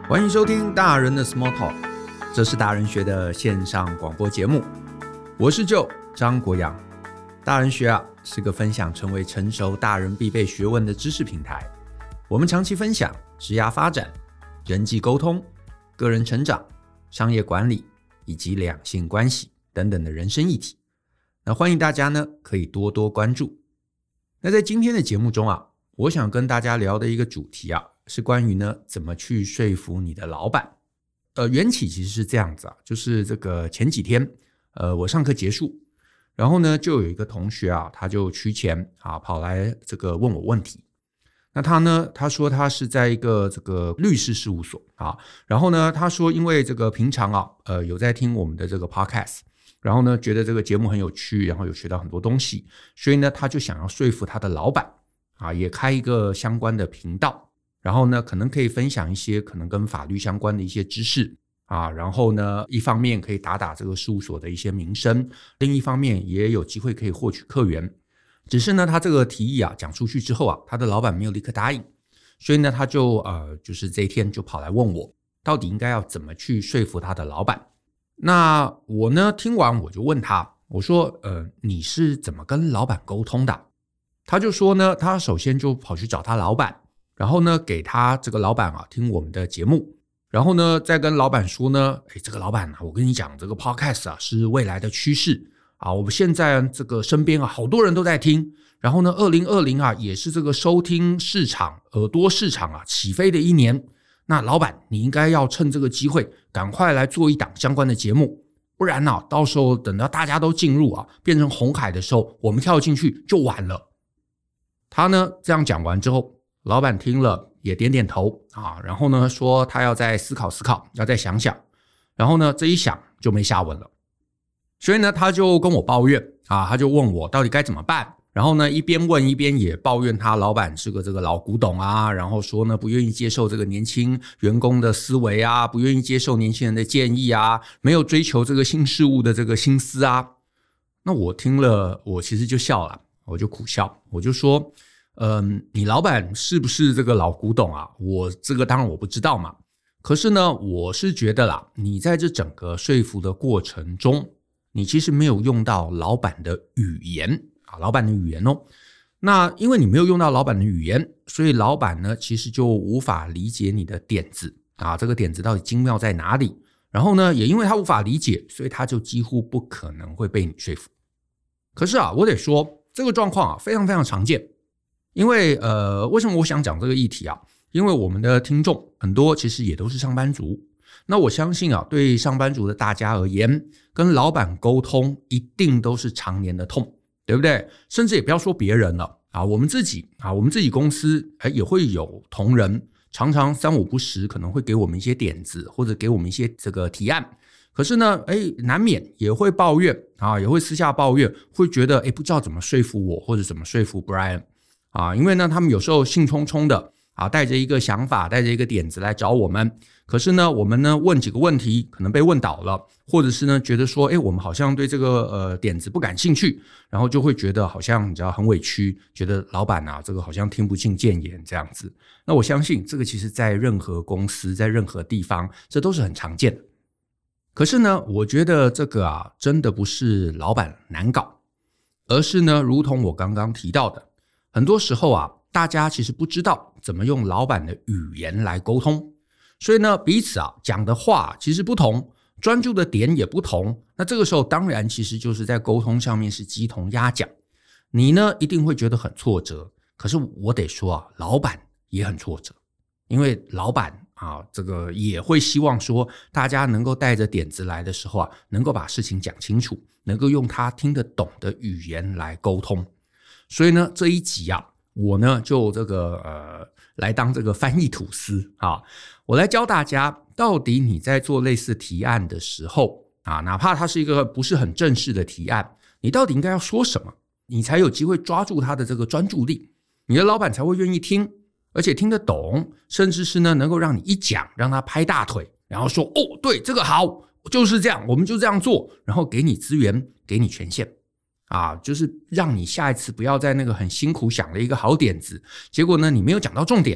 欢迎收听大人的 Small Talk， 这是大人学的线上广播节目。我是Joe张国洋。大人学是个分享成为成熟大人必备学问的知识平台。我们长期分享职业发展、人际沟通、个人成长、商业管理以及两性关系等等的人生议题。那欢迎大家呢可以多多关注。那在今天的节目中我想跟大家聊的一个主题是关于呢怎么去说服你的老板。缘起其实是这样子就是这个前几天我上课结束，然后呢就有一个同学他就趋前跑来这个问我问题。那他说他是在一个这个律师事务所然后呢他说因为这个平常有在听我们的这个 podcast， 然后呢觉得这个节目很有趣，然后有学到很多东西，所以呢他就想要说服他的老板也开一个相关的频道，然后呢可能可以分享一些可能跟法律相关的一些知识然后呢一方面可以打这个事务所的一些名声，另一方面也有机会可以获取客源。只是呢他这个提议讲出去之后他的老板没有立刻答应，所以呢他就是这一天就跑来问我到底应该要怎么去说服他的老板。那我呢听完我就问他，我说你是怎么跟老板沟通的？他就说呢他首先就跑去找他老板，然后呢给他这个老板听我们的节目，然后呢再跟老板说呢这个老板我跟你讲这个 podcast 是未来的趋势我们现在这个身边好多人都在听，然后呢2020也是这个收听市场耳朵市场起飞的一年，那老板你应该要趁这个机会赶快来做一档相关的节目，不然到时候等到大家都进入变成红海的时候，我们跳进去就晚了。他呢这样讲完之后，老板听了也点点头然后呢说他要再思考思考，要再想想，然后呢这一想就没下文了。所以呢他就跟我抱怨他就问我到底该怎么办，然后呢一边问一边也抱怨他老板是个这个老古董然后说呢不愿意接受这个年轻员工的思维不愿意接受年轻人的建议没有追求这个新事物的这个心思那我听了我其实就笑了，我就苦笑，我就说你老板是不是这个老古董我这个当然我不知道嘛，可是呢我是觉得啦，你在这整个说服的过程中，你其实没有用到老板的语言老板的语言那因为你没有用到老板的语言，所以老板呢其实就无法理解你的点子这个点子到底精妙在哪里，然后呢也因为他无法理解，所以他就几乎不可能会被你说服。可是我得说这个状况非常非常常见。因为为什么我想讲这个议题因为我们的听众很多其实也都是上班族，那我相信对上班族的大家而言，跟老板沟通一定都是常年的痛，对不对？甚至也不要说别人了我们自己公司也会有同仁常常三五不时可能会给我们一些点子，或者给我们一些这个提案，可是呢难免也会抱怨也会私下抱怨，会觉得不知道怎么说服我，或者怎么说服 Brian因为呢他们有时候兴冲冲的带着一个想法，带着一个点子来找我们，可是呢我们呢问几个问题可能被问倒了，或者是呢觉得说我们好像对这个点子不感兴趣，然后就会觉得好像你知道很委屈，觉得老板这个好像听不进谏言这样子。那我相信这个其实在任何公司在任何地方这都是很常见的。可是呢我觉得这个真的不是老板难搞，而是呢如同我刚刚提到的，很多时候大家其实不知道怎么用老板的语言来沟通，所以呢彼此讲的话其实不同，专注的点也不同，那这个时候当然其实就是在沟通上面是鸡同鸭讲，你呢一定会觉得很挫折。可是我得说老板也很挫折，因为老板这个也会希望说大家能够带着点子来的时候能够把事情讲清楚，能够用他听得懂的语言来沟通。所以呢这一集我呢就这个来当这个翻译吐司我来教大家到底你在做类似提案的时候哪怕它是一个不是很正式的提案，你到底应该要说什么，你才有机会抓住他的这个专注力，你的老板才会愿意听，而且听得懂，甚至是呢能够让你一讲让他拍大腿，然后说对这个好，就是这样，我们就这样做，然后给你资源，给你权限就是让你下一次不要在那个很辛苦想了一个好点子，结果呢你没有讲到重点，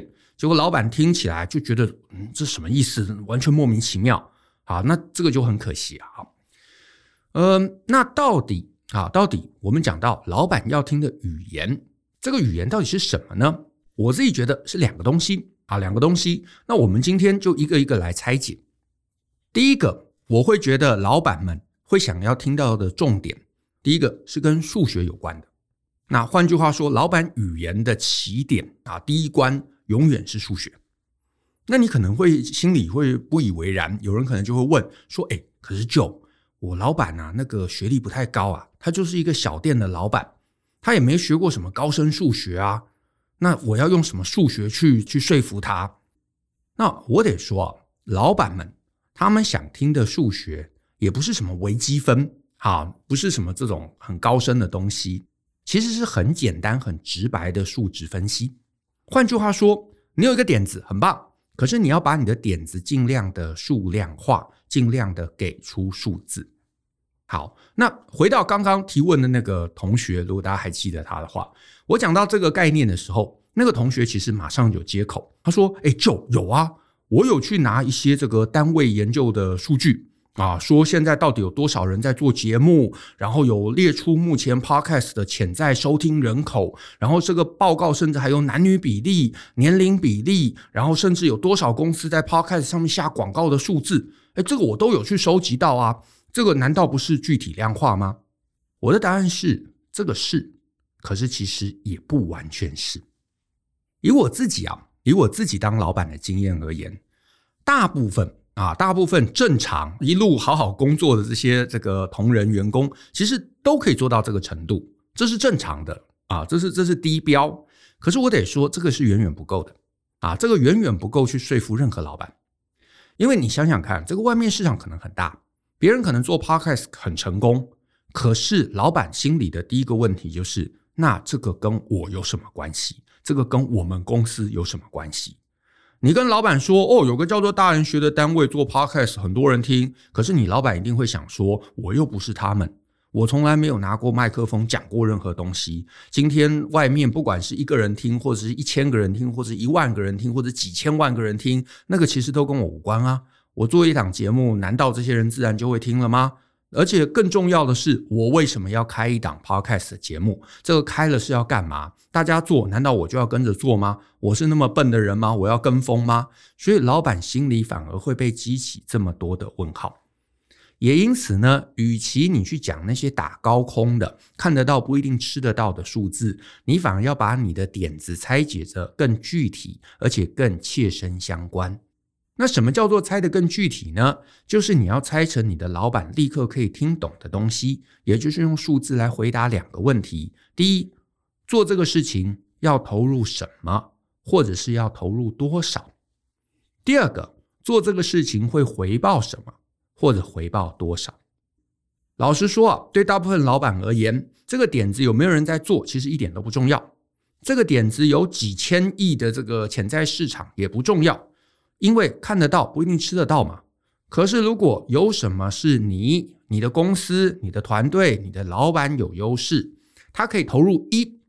结果老板听起来就觉得这什么意思，完全莫名其妙啊，那这个就很可惜啊。那到底我们讲到老板要听的语言，这个语言到底是什么呢？我自己觉得是两个东西。那我们今天就一个一个来拆解。第一个，我会觉得老板们会想要听到的重点，第一个是跟数学有关的。那换句话说，老板语言的起点第一关永远是数学。那你可能会心里会不以为然，有人可能就会问说，可是Joe，我老板那个学历不太高啊，他就是一个小店的老板，他也没学过什么高深数学啊，那我要用什么数学去说服他？那我得说老板们他们想听的数学也不是什么微积分不是什么这种很高深的东西，其实是很简单很直白的数值分析。换句话说，你有一个点子很棒，可是你要把你的点子尽量的数量化，尽量的给出数字。好，那回到刚刚提问的那个同学，如果大家还记得他的话，我讲到这个概念的时候，那个同学其实马上有接口，他说Joe，有啊，我有去拿一些这个单位研究的数据说现在到底有多少人在做节目，然后有列出目前 podcast 的潜在收听人口，然后这个报告甚至还有男女比例、年龄比例，然后甚至有多少公司在 podcast 上面下广告的数字，这个我都有去收集到啊，这个难道不是具体量化吗？我的答案是这个是，可是其实也不完全是。以我自己当老板的经验而言，大部分正常一路好好工作的这个同仁员工，其实都可以做到这个程度，这是正常的这是低标。可是我得说，这个是远远不够的这个远远不够去说服任何老板。因为你想想看，这个外面市场可能很大，别人可能做 podcast 很成功，可是老板心里的第一个问题就是，那这个跟我有什么关系？这个跟我们公司有什么关系？你跟老板说有个叫做大人学的单位做 podcast 很多人听，可是你老板一定会想说，我又不是他们，我从来没有拿过麦克风讲过任何东西，今天外面不管是1个人听，或者是1000个人听，或者是1万个人听，或者几千万个人听，那个其实都跟我无关啊。我做一档节目，难道这些人自然就会听了吗？而且更重要的是，我为什么要开一档 podcast 的节目？这个开了是要干嘛？大家做，难道我就要跟着做吗？我是那么笨的人吗？我要跟风吗？所以老板心里反而会被激起这么多的问号。也因此呢，与其你去讲那些打高空的，看得到不一定吃得到的数字，你反而要把你的点子拆解着更具体，而且更切身相关。那什么叫做猜得更具体呢？就是你要猜成你的老板立刻可以听懂的东西，也就是用数字来回答2个问题。第一，做这个事情要投入什么，或者是要投入多少？第二个，做这个事情会回报什么，或者回报多少？老实说对大部分老板而言，这个点子有没有人在做，其实一点都不重要。这个点子有几千亿的这个潜在市场也不重要，因为看得到不一定吃得到嘛。可是如果有什么是你的公司、你的团队、你的老板有优势，他可以投入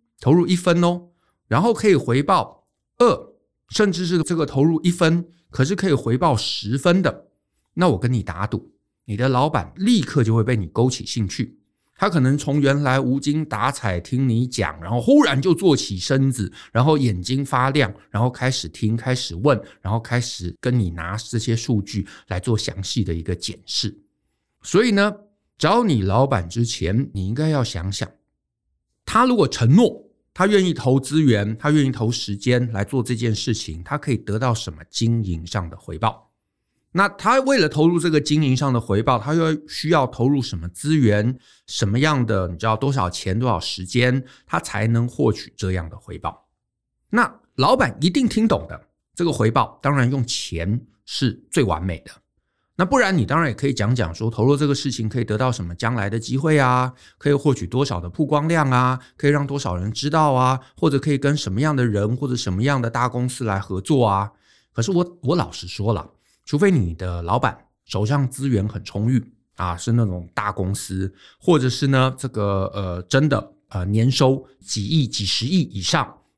1分然后可以回报2，甚至是这个投入1分，可是可以回报10分的，那我跟你打赌，你的老板立刻就会被你勾起兴趣。他可能从原来无精打采听你讲，然后忽然就坐起身子，然后眼睛发亮，然后开始听，开始问，然后开始跟你拿这些数据来做详细的一个检视。所以呢，找你老板之前，你应该要想想，他如果承诺他愿意投资源，他愿意投时间来做这件事情，他可以得到什么经营上的回报？那他为了投入这个经营上的回报，他又需要投入什么资源，什么样的你知道多少钱多少时间，他才能获取这样的回报？那老板一定听懂的，这个回报当然用钱是最完美的。那不然你当然也可以讲说，投入这个事情可以得到什么将来的机会啊，可以获取多少的曝光量啊，可以让多少人知道啊，或者可以跟什么样的人或者什么样的大公司来合作啊。可是我老实说了，除非你的老板手上资源很充裕是那种大公司，或者是呢这个真的年收几亿几十亿以上，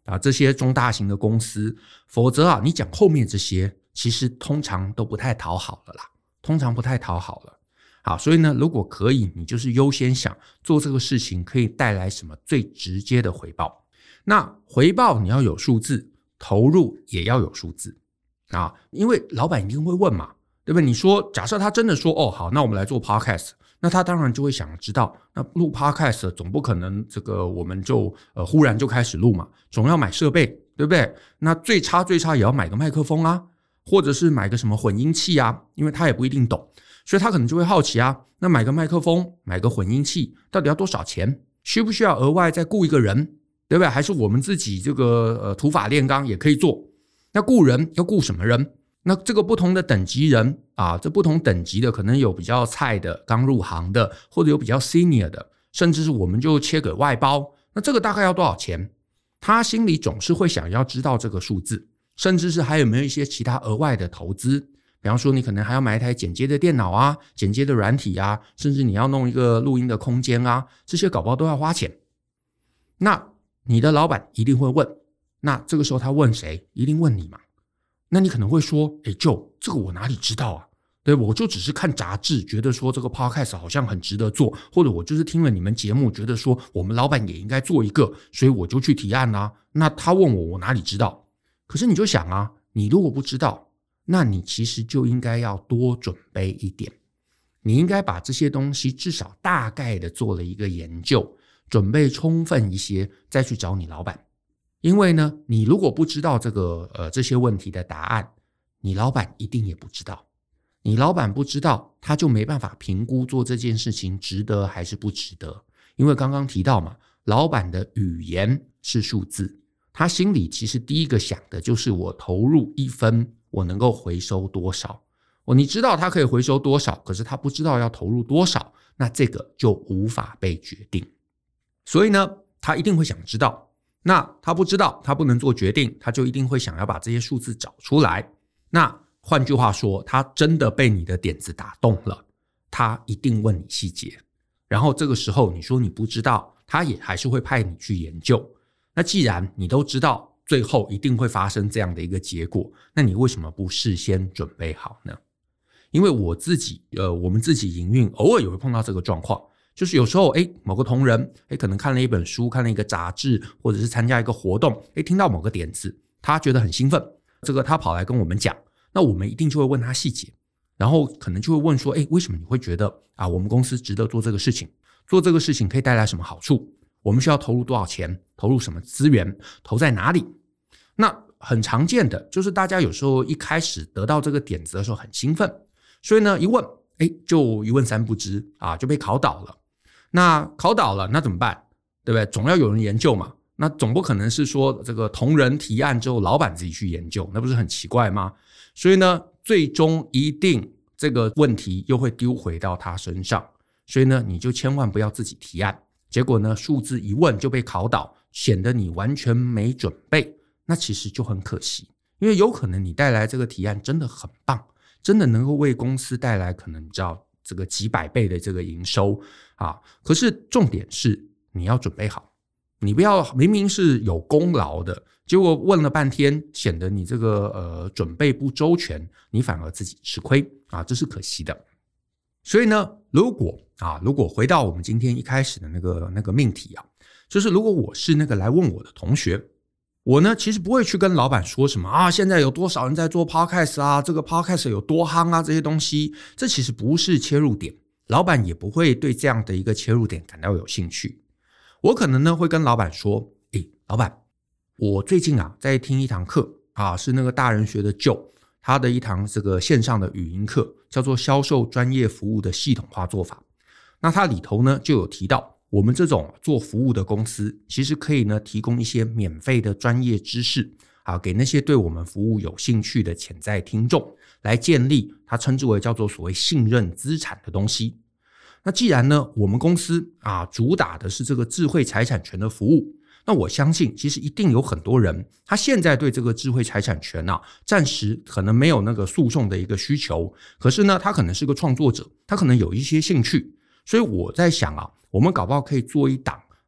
这些中大型的公司，否则你讲后面这些其实通常都不太讨好了啦，通常不太讨好了。好，所以呢，如果可以，你就是优先想做这个事情可以带来什么最直接的回报。那回报你要有数字，投入也要有数字因为老板一定会问嘛，对不对？你说假设他真的说好，那我们来做 podcast， 那他当然就会想知道，那录 podcast 总不可能我们就忽然就开始录嘛，总要买设备，对不对？那最差也要买个麦克风啊，或者是买个什么混音器啊，因为他也不一定懂，所以他可能就会好奇那买个麦克风，买个混音器到底要多少钱？需不需要额外再雇一个人，对不对？还是我们自己土法炼钢也可以做？那雇人要雇什么人？那这个不同的等级人这不同等级的可能有比较菜的，刚入行的，或者有比较 senior 的，甚至是我们就切给外包，那这个大概要多少钱？他心里总是会想要知道这个数字，甚至是还有没有一些其他额外的投资，比方说你可能还要买一台剪接的电脑剪接的软体甚至你要弄一个录音的空间这些搞不好都要花钱。那你的老板一定会问，那这个时候他问谁？一定问你嘛。那你可能会说就这个我哪里知道对，我就只是看杂志觉得说这个 podcast 好像很值得做，或者我就是听了你们节目觉得说我们老板也应该做一个，所以我就去提案那他问我哪里知道？可是你就想你如果不知道，那你其实就应该要多准备一点，你应该把这些东西至少大概的做了一个研究，准备充分一些再去找你老板。因为呢，你如果不知道这些问题的答案，你老板一定也不知道。你老板不知道，他就没办法评估做这件事情值得还是不值得。因为刚刚提到嘛，老板的语言是数字，他心里其实第一个想的就是我投入1分，我能够回收多少。你知道他可以回收多少，可是他不知道要投入多少，那这个就无法被决定。所以呢，他一定会想知道。那他不知道，他不能做决定，他就一定会想要把这些数字找出来。那换句话说，他真的被你的点子打动了，他一定问你细节。然后这个时候你说你不知道，他也还是会派你去研究。那既然你都知道最后一定会发生这样的一个结果，那你为什么不事先准备好呢？因为我们自己营运偶尔也会碰到这个状况，就是有时候某个同仁可能看了一本书，看了一个杂志，或者是参加一个活动，听到某个点子，他觉得很兴奋，他跑来跟我们讲，那我们一定就会问他细节，然后可能就会问说为什么你会觉得我们公司值得做这个事情，做这个事情可以带来什么好处，我们需要投入多少钱，投入什么资源，投在哪里。那很常见的就是大家有时候一开始得到这个点子的时候很兴奋，所以呢一问就一问三不知就被考倒了。那考倒了那怎么办，对不对？总要有人研究嘛，那总不可能是说这个同仁提案之后老板自己去研究，那不是很奇怪吗？所以呢最终一定这个问题又会丢回到他身上，所以呢你就千万不要自己提案，结果呢数字一问就被考倒，显得你完全没准备，那其实就很可惜。因为有可能你带来这个提案真的很棒，真的能够为公司带来可能你知道这个几百倍的这个营收可是重点是你要准备好，你不要明明是有功劳的，结果问了半天显得你这个准备不周全，你反而自己吃亏这是可惜的。所以呢如果回到我们今天一开始的那个命题就是如果我是那个来问我的同学，我呢其实不会去跟老板说什么现在有多少人在做 podcast 这个 podcast 有多夯这些东西，这其实不是切入点，老板也不会对这样的一个切入点感到有兴趣。我可能呢会跟老板说老板，我最近在听一堂课是那个大人学的Joe他的一堂这个线上的语音课，叫做销售专业服务的系统化做法。那它里头呢就有提到，我们这种做服务的公司其实可以呢提供一些免费的专业知识给那些对我们服务有兴趣的潜在听众，来建立他称之为叫做所谓信任资产的东西。那既然呢我们公司主打的是这个智慧财产权的服务，那我相信其实一定有很多人他现在对这个智慧财产权暂时可能没有那个诉讼的一个需求，可是呢他可能是个创作者，他可能有一些兴趣。所以我在想我们搞不好可以做一档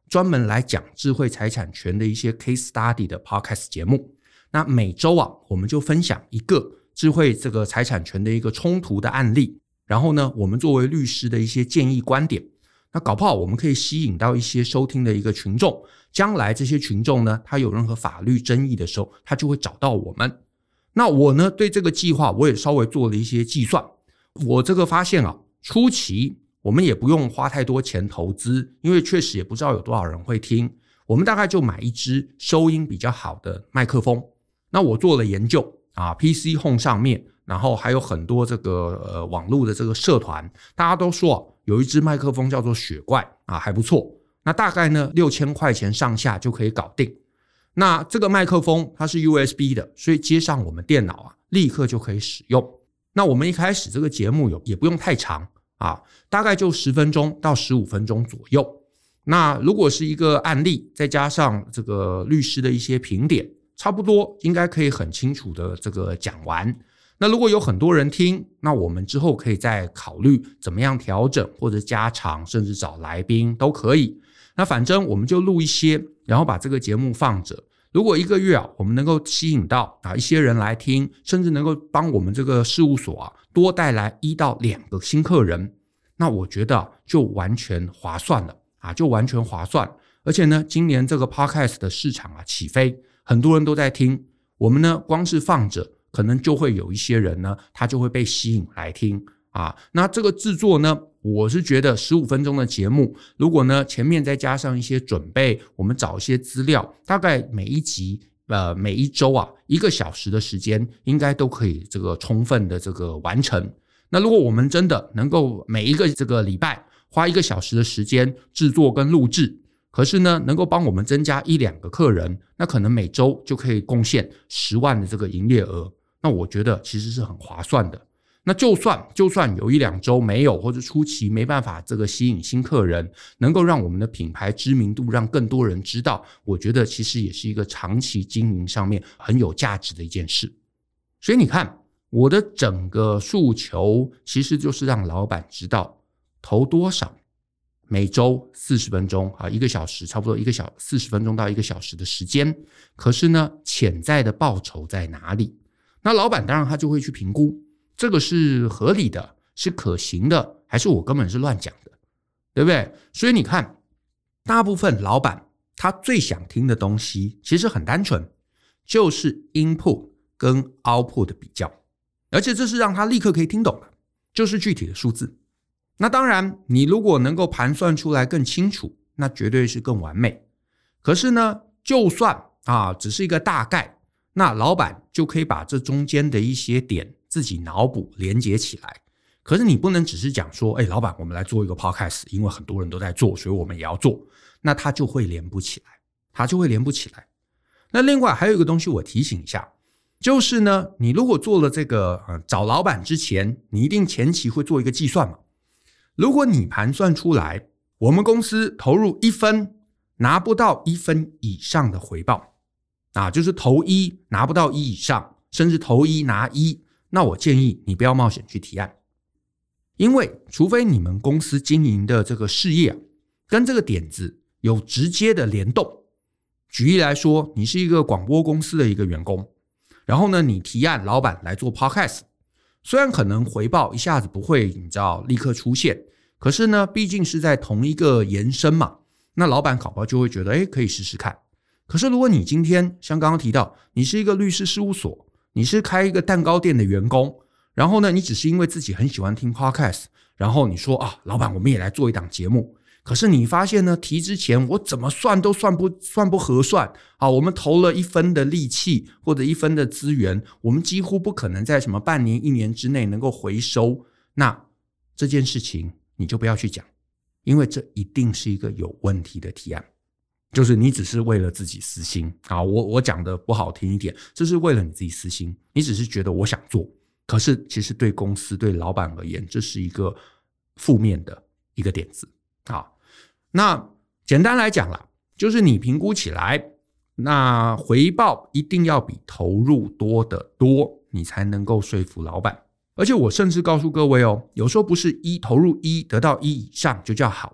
专门来讲智慧财产权的一些 case study 的 podcast 节目。那每周我们就分享一个智慧这个财产权的一个冲突的案例，然后呢我们作为律师的一些建议观点，那搞不好我们可以吸引到一些收听的一个群众，将来这些群众呢他有任何法律争议的时候，他就会找到我们。那我呢对这个计划我也稍微做了一些计算，我这个发现初期我们也不用花太多钱投资，因为确实也不知道有多少人会听，我们大概就买一支收音比较好的麦克风。那我做了研究PC Home 上面，然后还有很多这个网络的这个社团，大家都说有一支麦克风叫做雪怪还不错，那大概呢6000块钱上下就可以搞定。那这个麦克风它是 USB 的，所以接上我们电脑立刻就可以使用。那我们一开始这个节目也不用太长大概就10分钟到15分钟左右。那如果是一个案例，再加上这个律师的一些评点，差不多应该可以很清楚的这个讲完。那如果有很多人听，那我们之后可以再考虑怎么样调整或者加长，甚至找来宾都可以。那反正我们就录一些，然后把这个节目放着。如果1个月我们能够吸引到一些人来听，甚至能够帮我们这个事务所多带来1到2个新客人，那我觉得就完全划算了就完全划算。而且呢今年这个 podcast 的市场起飞，很多人都在听，我们呢光是放着可能就会有一些人呢他就会被吸引来听那这个制作呢，我是觉得15分钟的节目，如果呢前面再加上一些准备，我们找一些资料，大概每一集每一周1个小时的时间应该都可以这个充分的这个完成。那如果我们真的能够每一个这个礼拜花1个小时的时间制作跟录制，可是呢能够帮我们增加1-2个客人，那可能每周就可以贡献10万的这个营业额，那我觉得其实是很划算的。那就算有1-2周没有，或者初期没办法这个吸引新客人，能够让我们的品牌知名度让更多人知道，我觉得其实也是一个长期经营上面很有价值的一件事。所以你看我的整个诉求其实就是让老板知道投多少，每周40分钟1个小时，差不多40分钟到1个小时的时间，可是呢潜在的报酬在哪里？那老板当然他就会去评估这个是合理的，是可行的，还是我根本是乱讲的，对不对？所以你看大部分老板他最想听的东西其实很单纯，就是 input 跟 output 的比较，而且这是让他立刻可以听懂的，就是具体的数字。那当然你如果能够盘算出来更清楚，那绝对是更完美。可是呢就算只是一个大概，那老板就可以把这中间的一些点自己脑补连接起来。可是你不能只是讲说老板我们来做一个 podcast， 因为很多人都在做，所以我们也要做，那他就会连不起来。那另外还有一个东西我提醒一下，就是呢你如果做了这个找老板之前，你一定前期会做一个计算嘛。如果你盘算出来我们公司投入1分拿不到1分以上的回报就是投1拿不到1以上，甚至投1拿1，那我建议你不要冒险去提案。因为除非你们公司经营的这个事业跟这个点子有直接的联动。举例来说，你是一个广播公司的一个员工，然后呢你提案老板来做 podcast， 虽然可能回报一下子不会你知道立刻出现，可是呢毕竟是在同一个延伸嘛，那老板搞不好就会觉得可以试试看。可是如果你今天像刚刚提到你是一个律师事务所，你是开一个蛋糕店的员工，然后呢你只是因为自己很喜欢听 podcast， 然后你说老板我们也来做一档节目，可是你发现呢提之前我怎么算都算不合算我们投了1分的力气或者1分的资源，我们几乎不可能在什么半年1年之内能够回收，那这件事情你就不要去讲，因为这一定是一个有问题的提案，就是你只是为了自己私心我讲的不好听一点，这是为了你自己私心，你只是觉得我想做，可是其实对公司对老板而言这是一个负面的一个点子那简单来讲啦，就是你评估起来，那回报一定要比投入多得多，你才能够说服老板。而且我甚至告诉各位有时候不是投入1得到1以上就叫好，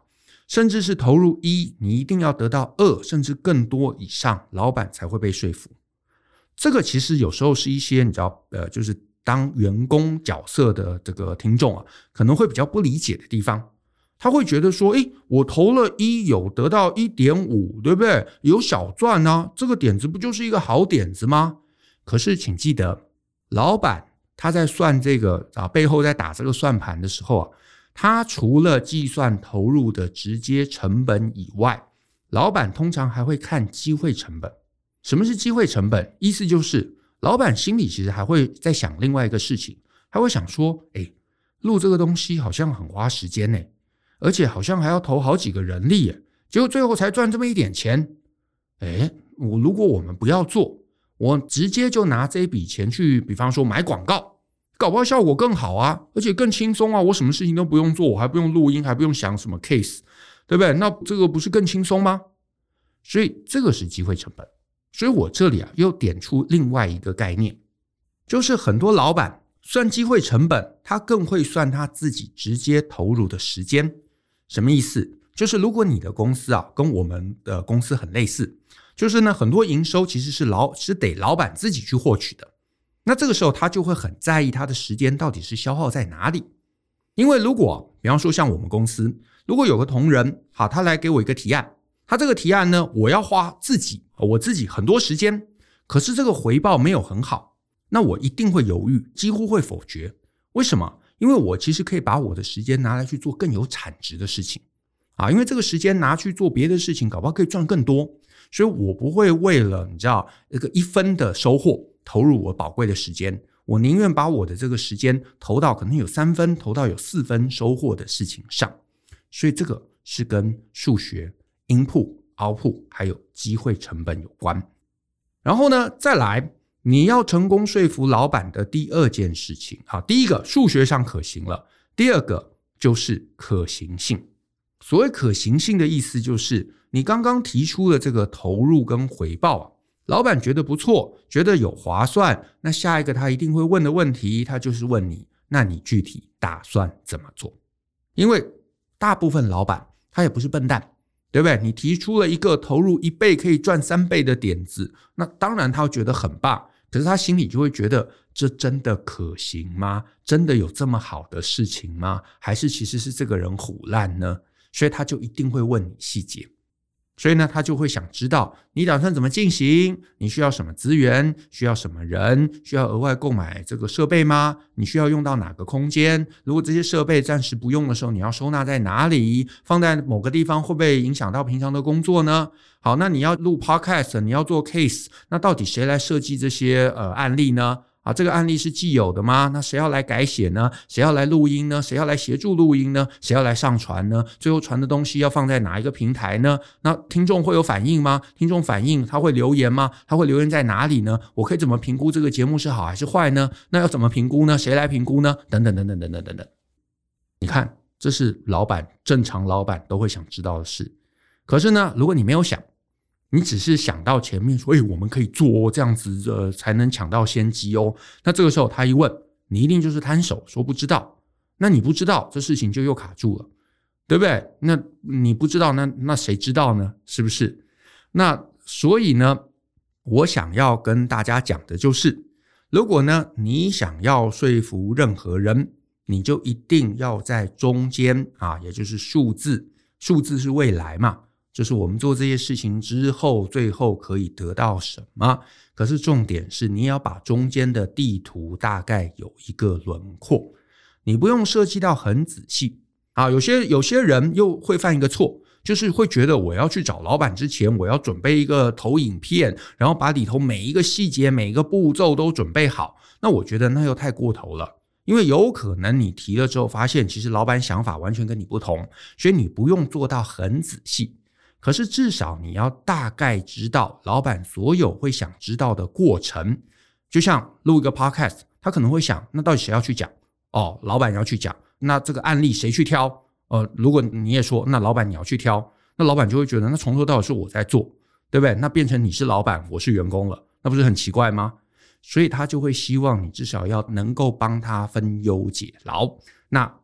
甚至是投入1，你一定要得到2甚至更多以上，老板才会被说服。这个其实有时候是一些你知道就是当员工角色的这个听众啊，可能会比较不理解的地方。他会觉得说我投了1有得到 1.5 对不对，有小赚啊，这个点子不就是一个好点子吗？可是请记得，老板他在算这个背后在打这个算盘的时候啊，他除了计算投入的直接成本以外，老板通常还会看机会成本。什么是机会成本？意思就是老板心里其实还会在想另外一个事情，他会想说录这个东西好像很花时间耶，而且好像还要投好几个人力耶，结果最后才赚这么一点钱。如果我们不要做，我直接就拿这一笔钱去比方说买广告，搞不好效果更好啊，而且更轻松啊，我什么事情都不用做，我还不用录音，还不用想什么 case， 对不对？那这个不是更轻松吗？所以这个是机会成本。所以我这里又点出另外一个概念，就是很多老板算机会成本，他更会算他自己直接投入的时间。什么意思？就是如果你的公司跟我们的公司很类似，就是呢很多营收其实是得老板自己去获取的，那这个时候他就会很在意他的时间到底是消耗在哪里。因为如果比方说像我们公司，如果有个同仁他来给我一个提案，他这个提案呢，我要花我自己很多时间，可是这个回报没有很好，那我一定会犹豫，几乎会否决。为什么？因为我其实可以把我的时间拿来去做更有产值的事情因为这个时间拿去做别的事情，搞不好可以赚更多，所以我不会为了你知道一个1分的收获投入我宝贵的时间，我宁愿把我的这个时间投到可能有3分，投到有4分收获的事情上。所以这个是跟数学input、output 还有机会成本有关。然后呢，再来你要成功说服老板的第2件事情，第一个数学上可行了，第2个就是可行性。所谓可行性的意思就是你刚刚提出的这个投入跟回报老板觉得不错，觉得有划算，那下一个他一定会问的问题，他就是问你，那你具体打算怎么做？因为大部分老板他也不是笨蛋，对不对？你提出了一个投入1倍可以赚3倍的点子，那当然他会觉得很棒，可是他心里就会觉得这真的可行吗？真的有这么好的事情吗？还是其实是这个人唬烂呢？所以他就一定会问你细节。所以呢，他就会想知道你打算怎么进行，你需要什么资源，需要什么人，需要额外购买这个设备吗？你需要用到哪个空间？如果这些设备暂时不用的时候，你要收纳在哪里？放在某个地方会不会影响到平常的工作呢？好，那你要录 podcast， 你要做 case， 那到底谁来设计这些案例呢？这个案例是既有的吗？那谁要来改写呢？谁要来录音呢？谁要来协助录音呢？谁要来上传呢？最后传的东西要放在哪一个平台呢？那听众会有反应吗？听众反应他会留言吗？他会留言在哪里呢？我可以怎么评估这个节目是好还是坏呢？那要怎么评估呢？谁来评估呢？等等等等等等等等。你看，这是正常老板都会想知道的事。可是呢，如果你没有想，你只是想到前面说我们可以做这样子才能抢到先机那这个时候他一问，你一定就是摊手说不知道。那你不知道，这事情就又卡住了，对不对？那你不知道，那谁知道呢？是不是？那所以呢，我想要跟大家讲的就是，如果呢你想要说服任何人，你就一定要在中间也就是数字是未来嘛，就是我们做这些事情之后最后可以得到什么。可是重点是你也要把中间的地图大概有一个轮廓，你不用设计到很仔细有些人又会犯一个错，就是会觉得我要去找老板之前，我要准备一个投影片，然后把里头每一个细节每一个步骤都准备好。那我觉得那又太过头了，因为有可能你提了之后发现其实老板想法完全跟你不同，所以你不用做到很仔细，可是至少你要大概知道老板所有会想知道的过程。就像录一个 podcast， 他可能会想，那到底谁要去讲？老板要去讲，那这个案例谁去挑？如果你也说那老板你要去挑，那老板就会觉得那从头到尾是我在做，对不对？那变成你是老板我是员工了，那不是很奇怪吗？所以他就会希望你至少要能够帮他分忧解劳。那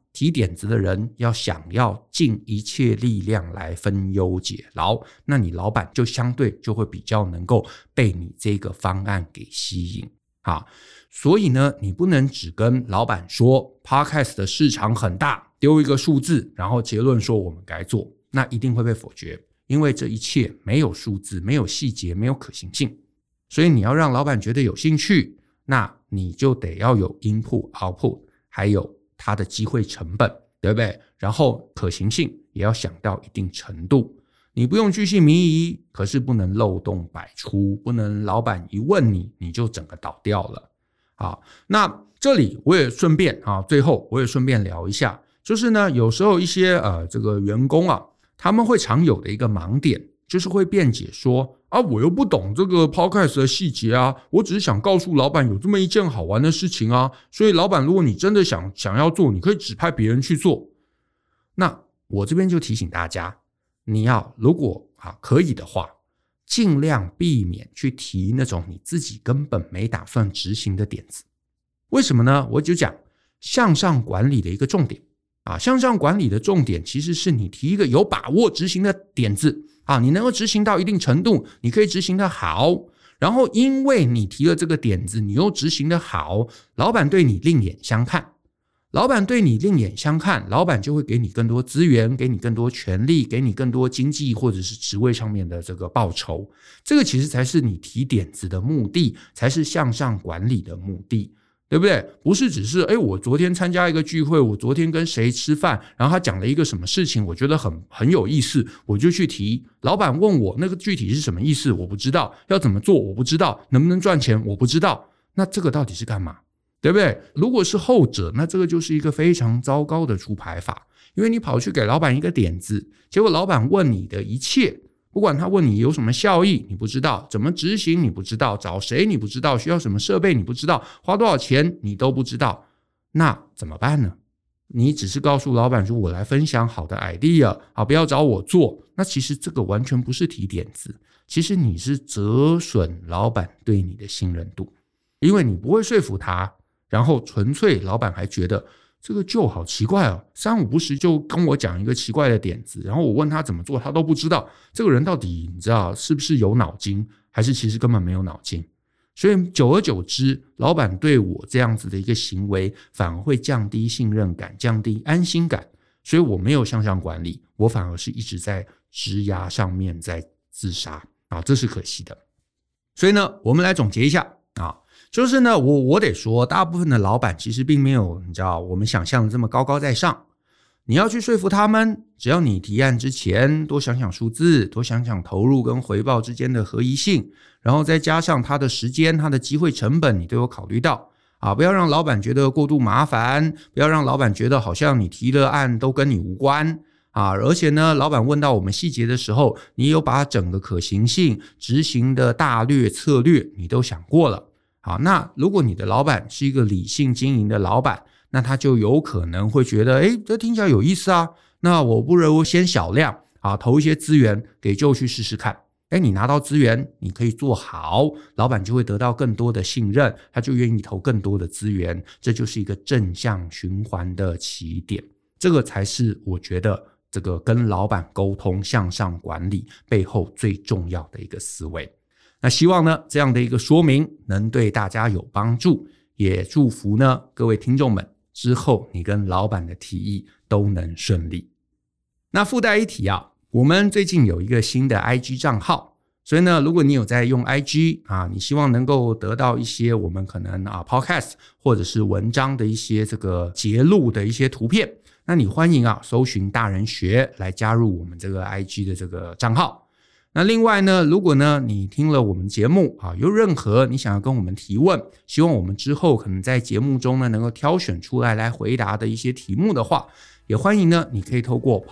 提点子的人想要尽一切力量来分忧解劳，那你老板就相对就会比较能够被你这个方案给吸引。好，所以呢，你不能只跟老板说 Podcast 的市场很大，丢一个数字，然后结论说我们该做，那一定会被否决，因为这一切没有数字，没有细节，没有可行性。所以你要让老板觉得有兴趣，那你就得要有 input output， 还有它的机会成本，对不对？然后可行性也要想到一定程度，你不用巨细靡遗，可是不能漏洞百出，不能老板一问你就整个倒掉了。好，那这里我也顺便最后我也顺便聊一下，就是呢，有时候一些这个员工他们会常有的一个盲点，就是会辩解说我又不懂这个 podcast 的细节我只是想告诉老板有这么一件好玩的事情所以老板如果你真的想要做，你可以指派别人去做。那我这边就提醒大家，你要如果可以的话，尽量避免去提那种你自己根本没打算执行的点子。为什么呢？我就讲向上管理的一个重点向上管理的重点其实是你提一个有把握执行的点子你能够执行到一定程度，你可以执行的好，然后因为你提了这个点子，你又执行的好，老板对你另眼相看，老板对你另眼相看，老板就会给你更多资源，给你更多权利，给你更多经济或者是职位上面的这个报酬。这个其实才是你提点子的目的，才是向上管理的目的，对不对？不是只是我昨天参加一个聚会，我昨天跟谁吃饭，然后他讲了一个什么事情，我觉得很有意思，我就去提。老板问我那个具体是什么意思，我不知道，要怎么做我不知道，能不能赚钱我不知道，那这个到底是干嘛？对不对？如果是后者，那这个就是一个非常糟糕的出牌法，因为你跑去给老板一个点子，结果老板问你的一切，不管他问你有什么效益你不知道，怎么执行你不知道，找谁你不知道，需要什么设备你不知道，花多少钱你都不知道，那怎么办呢？你只是告诉老板说我来分享好的 idea 不要找我做，那其实这个完全不是提点子，其实你是折损老板对你的信任度，因为你不会说服他，然后纯粹老板还觉得这个就好奇怪三五不时就跟我讲一个奇怪的点子，然后我问他怎么做他都不知道，这个人到底你知道是不是有脑筋，还是其实根本没有脑筋。所以久而久之，老板对我这样子的一个行为反而会降低信任感，降低安心感，所以我没有向上管理，我反而是一直在职涯上面在自杀这是可惜的。所以呢，我们来总结一下就是呢，我得说，大部分的老板其实并没有你知道我们想象的这么高高在上。你要去说服他们，只要你提案之前多想想数字，多想想投入跟回报之间的合宜性，然后再加上他的时间、他的机会成本，你都有考虑到不要让老板觉得过度麻烦，不要让老板觉得好像你提的案都跟你无关而且呢，老板问到我们细节的时候，你有把整个可行性、执行的大略策略你都想过了。好，那如果你的老板是一个理性经营的老板，那他就有可能会觉得这听起来有意思那我不如先小量投一些资源给就去试试看。你拿到资源你可以做好，老板就会得到更多的信任，他就愿意投更多的资源，这就是一个正向循环的起点。这个才是我觉得这个跟老板沟通向上管理背后最重要的一个思维。那希望呢，这样的一个说明能对大家有帮助，也祝福呢各位听众们之后你跟老板的提议都能顺利。那附带一提我们最近有一个新的 IG 账号，所以呢，如果你有在用 IG 你希望能够得到一些我们可能podcast 或者是文章的一些这个截录的一些图片，那你欢迎搜寻大人学来加入我们这个 IG 的这个账号。那另外呢，如果呢你听了我们节目有任何你想要跟我们提问，希望我们之后可能在节目中呢能够挑选出来回答的一些题目的话，也欢迎呢你可以透过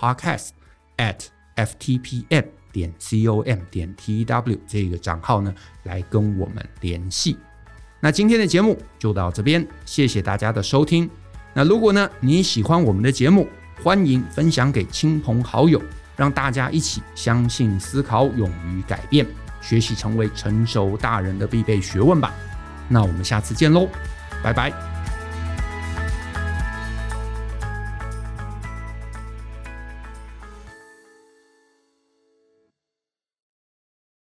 podcast@ftpm.com.tw 这个账号呢来跟我们联系。那今天的节目就到这边，谢谢大家的收听。那如果呢你喜欢我们的节目，欢迎分享给亲朋好友，让大家一起相信、思考、勇于改变，学习成为成熟大人的必备学问吧。那我们下次见喽，拜拜。